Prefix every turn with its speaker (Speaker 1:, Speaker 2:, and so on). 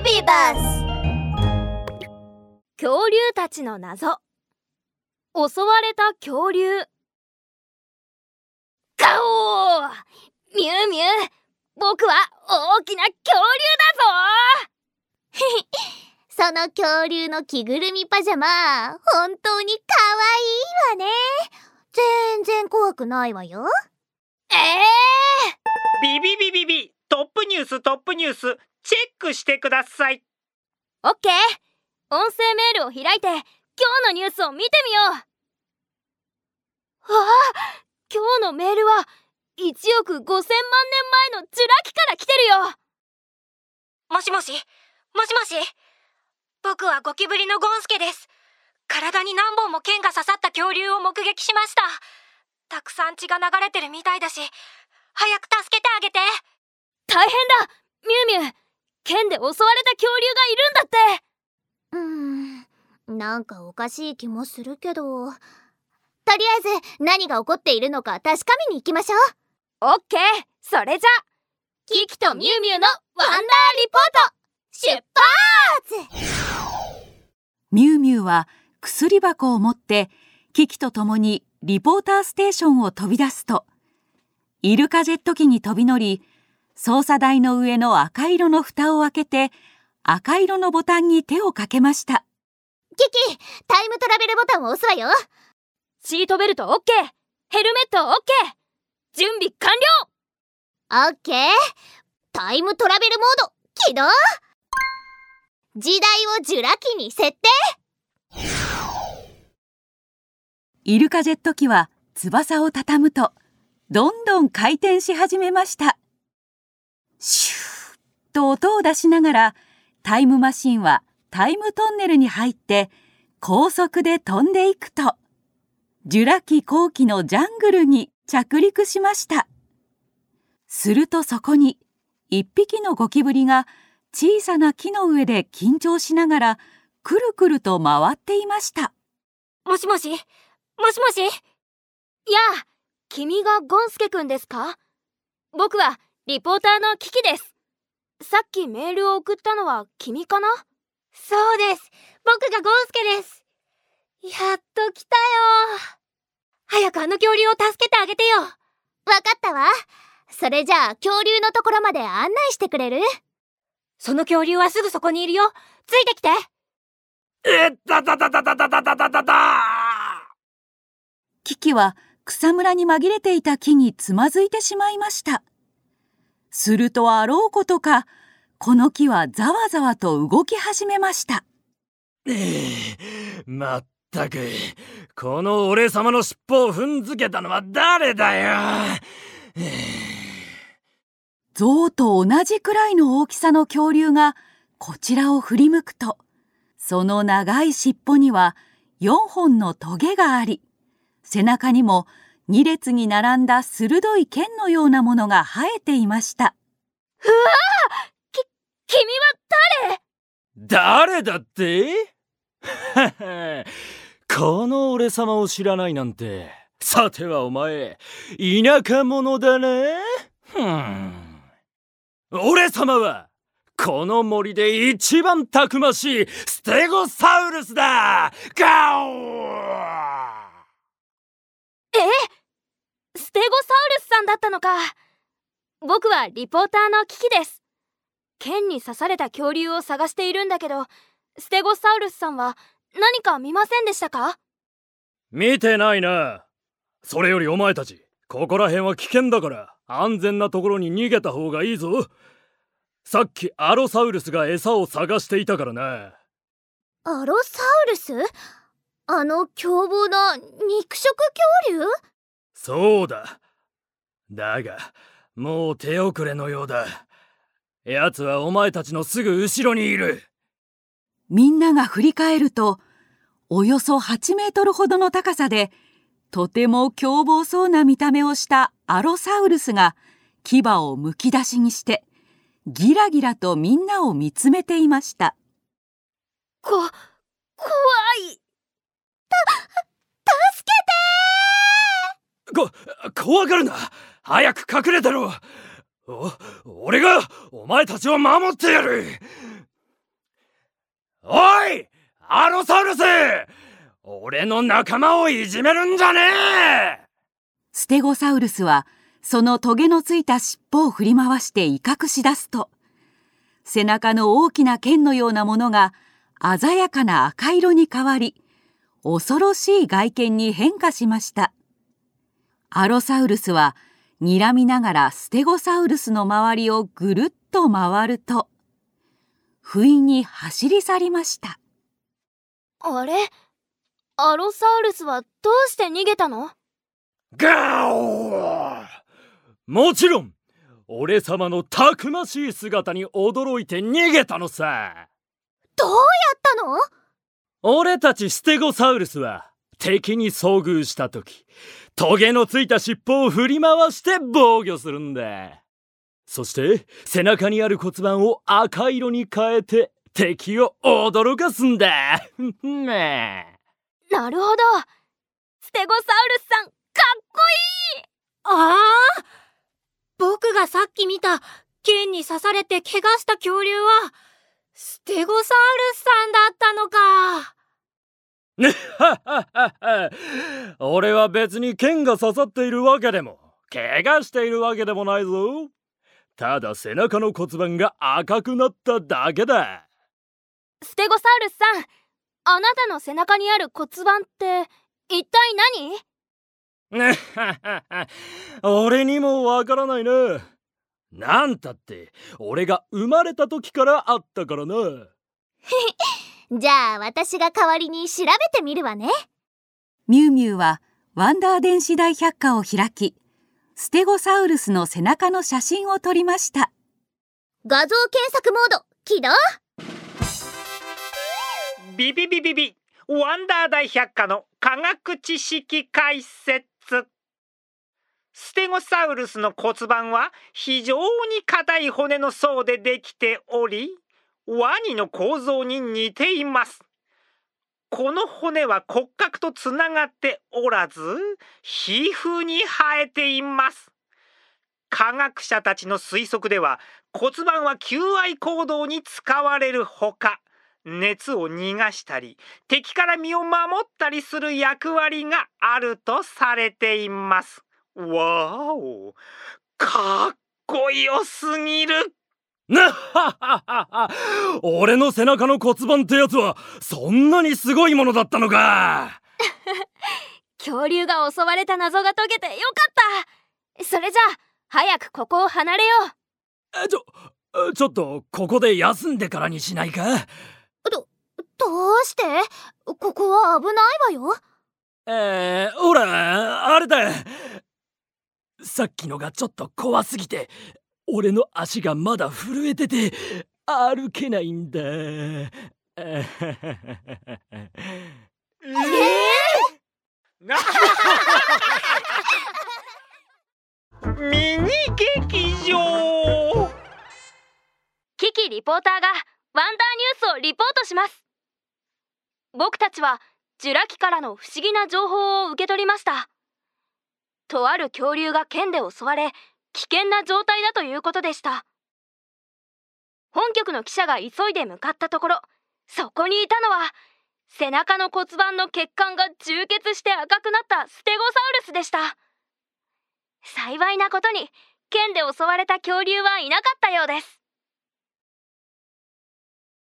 Speaker 1: ビバス。
Speaker 2: 恐竜たちの謎。襲われた恐竜。ガオー！ミュウミュウ、僕は大きな恐竜だぞ
Speaker 1: その恐竜の着ぐるみパジャマ、本当にかわいいわね。全然怖くないわよ。
Speaker 3: ビビビビビ、トップニューストップニュース、チェックしてください。
Speaker 2: オッケー。音声メールを開いて今日のニュースを見てみよう。今日のメールは1億5000万年前のジュラ紀から来てるよ。
Speaker 4: もしもし、僕はゴキブリのゴンスケです。体に何本も剣が刺さった恐竜を目撃しました。たくさん血が流れてるみたいだし、早く助けてあげて。
Speaker 2: 大変だ、ミュウミュウ。剣で襲われた恐竜がいるんだって。
Speaker 1: なんかおかしい気もするけど、とりあえず何が起こっているのか確かめに行きましょう。
Speaker 2: オッケー。それじゃキキとミュウミュウのワンダーリポート出発。
Speaker 5: ミュウミュウは薬箱を持ってキキと共にリポーターステーションを飛び出すと、イルカジェット機に飛び乗り、操作台の上の赤色の蓋を開けて赤色のボタンに手をかけました。
Speaker 1: キキ、タイムトラベルボタンを押すわよ。
Speaker 2: シートベルトオッケー。ヘルメットオッケー。準備完了。
Speaker 1: オッケー。タイムトラベルモード起動。時代をジュラ紀に設定。
Speaker 5: イルカジェット機は翼を畳むとどんどん回転し始めました。シューッと音を出しながらタイムマシンはタイムトンネルに入って高速で飛んでいくと、ジュラ紀後期のジャングルに着陸しました。するとそこに一匹のゴキブリが小さな木の上で緊張しながらくるくると回っていました。
Speaker 2: もしもし、やあ、君がゴンスケくんですか？僕はリポーターのキキです。さっきメールを送ったのは君かな？
Speaker 4: そうです。僕がゴンスケです。やっと来たよ。早くあの恐竜を助けてあげてよ。
Speaker 1: わかったわ。それじゃあ恐竜のところまで案内してくれる？
Speaker 4: その恐竜はすぐそこにいるよ。ついてきて。
Speaker 5: キキは草むらに紛れていた木につまずいてしまいました。するとあろうことか、この木はざわざわと動き始めました。
Speaker 6: まったく、この俺様の尻尾を踏んづけたのは誰だよ。
Speaker 5: 象と同じくらいの大きさの恐竜がこちらを振り向くと、その長い尻尾には4本のトゲがあり、背中にも2列に並んだ鋭い剣のようなものが生えていました。
Speaker 2: うわあ！君は
Speaker 6: 誰だってこの俺様を知らないなんて。さてはお前、田舎者だね。俺様はこの森で一番たくましいステゴサウルスだ。ガオー！
Speaker 2: ステゴサウルスさんだったのか。僕はリポーターのキキです。剣に刺された恐竜を探しているんだけど、ステゴサウルスさんは何か見ませんでしたか？
Speaker 6: 見てないな。それよりお前たち、ここら辺は危険だから安全なところに逃げた方がいいぞ。さっきアロサウルスが餌を探していたからな。
Speaker 1: アロサウルス？あの凶暴な肉食恐竜？
Speaker 6: そうだ。だがもう手遅れのようだ。奴はお前たちのすぐ後ろにいる。
Speaker 5: みんなが振り返ると、およそ8メートルほどの高さでとても凶暴そうな見た目をしたアロサウルスが牙をむき出しにしてギラギラとみんなを見つめていました。
Speaker 2: 怖い。
Speaker 1: 助けて
Speaker 6: 怖がるな。早く隠れてろ。俺がお前たちを守ってやる。 おいアロサウルス、俺の仲間をいじめるんじゃねえ。
Speaker 5: ステゴサウルスはそのトゲのついた尻尾を振り回して威嚇しだすと、背中の大きな剣のようなものが鮮やかな赤色に変わり、恐ろしい外見に変化しました。アロサウルスは睨みながらステゴサウルスの周りをぐるっと回ると、不意に走り去りました。
Speaker 2: あれ、アロサウルスはどうして逃げたの？
Speaker 6: ガオー！もちろん俺様のたくましい姿に驚いて逃げたのさ。
Speaker 1: どうやったの？
Speaker 6: 俺たちステゴサウルスは敵に遭遇した時、トゲのついた尻尾を振り回して防御するんだ。そして背中にある骨盤を赤色に変えて敵を驚かすんだ。
Speaker 2: なるほど、ステゴサウルスさんかっこいい。
Speaker 4: ああ、僕がさっき見た剣に刺されて怪我した恐竜はステゴサウルスさんだったのか。
Speaker 6: 俺は別に剣が刺さっているわけでも怪我しているわけでもないぞ。ただ背中の骨盤が赤くなっただけだ。
Speaker 2: ステゴサウルスさん、あなたの背中にある骨盤って一体何？
Speaker 6: 俺にもわからないな。なんたって俺が生まれた時からあったからな。
Speaker 1: じゃあ私が代わりに調べてみるわね。
Speaker 5: ミュウミュウはワンダー電子大百科を開き、ステゴサウルスの背中の写真を撮りました。
Speaker 1: 画像検索モード起動。
Speaker 3: ビビビビビ、ワンダー大百科の科学知識解説。ステゴサウルスの骨盤は非常に硬い骨の層でできており、ワニの構造に似ています。この骨は骨格とつながっておらず、皮膚に生えています。科学者たちの推測では、骨盤は求愛行動に使われるほか、熱を逃がしたり敵から身を守ったりする役割があるとされています。わーお、かっこよすぎる。
Speaker 6: 俺の背中の骨盤ってやつはそんなにすごいものだったのか。
Speaker 2: 恐竜が襲われた謎が解けてよかった。それじゃあ早くここを離れよ
Speaker 6: う。ちょっとここで休んでからにしないか。
Speaker 1: どうして？ここは危ないわよ。
Speaker 6: ほらあれだ。さっきのがちょっと怖すぎて俺の足がまだ震えてて歩けないんだ。
Speaker 3: ミニ劇場。
Speaker 2: キキリポーターがワンダーニュースをリポートします。僕たちはジュラ紀からの不思議な情報を受け取りました。とある恐竜が剣で襲われ危険な状態だということでした。本局の記者が急いで向かったところ、そこにいたのは背中の骨盤の血管が充血して赤くなったステゴサウルスでした。幸いなことに剣で襲われた恐竜はいなかったようです。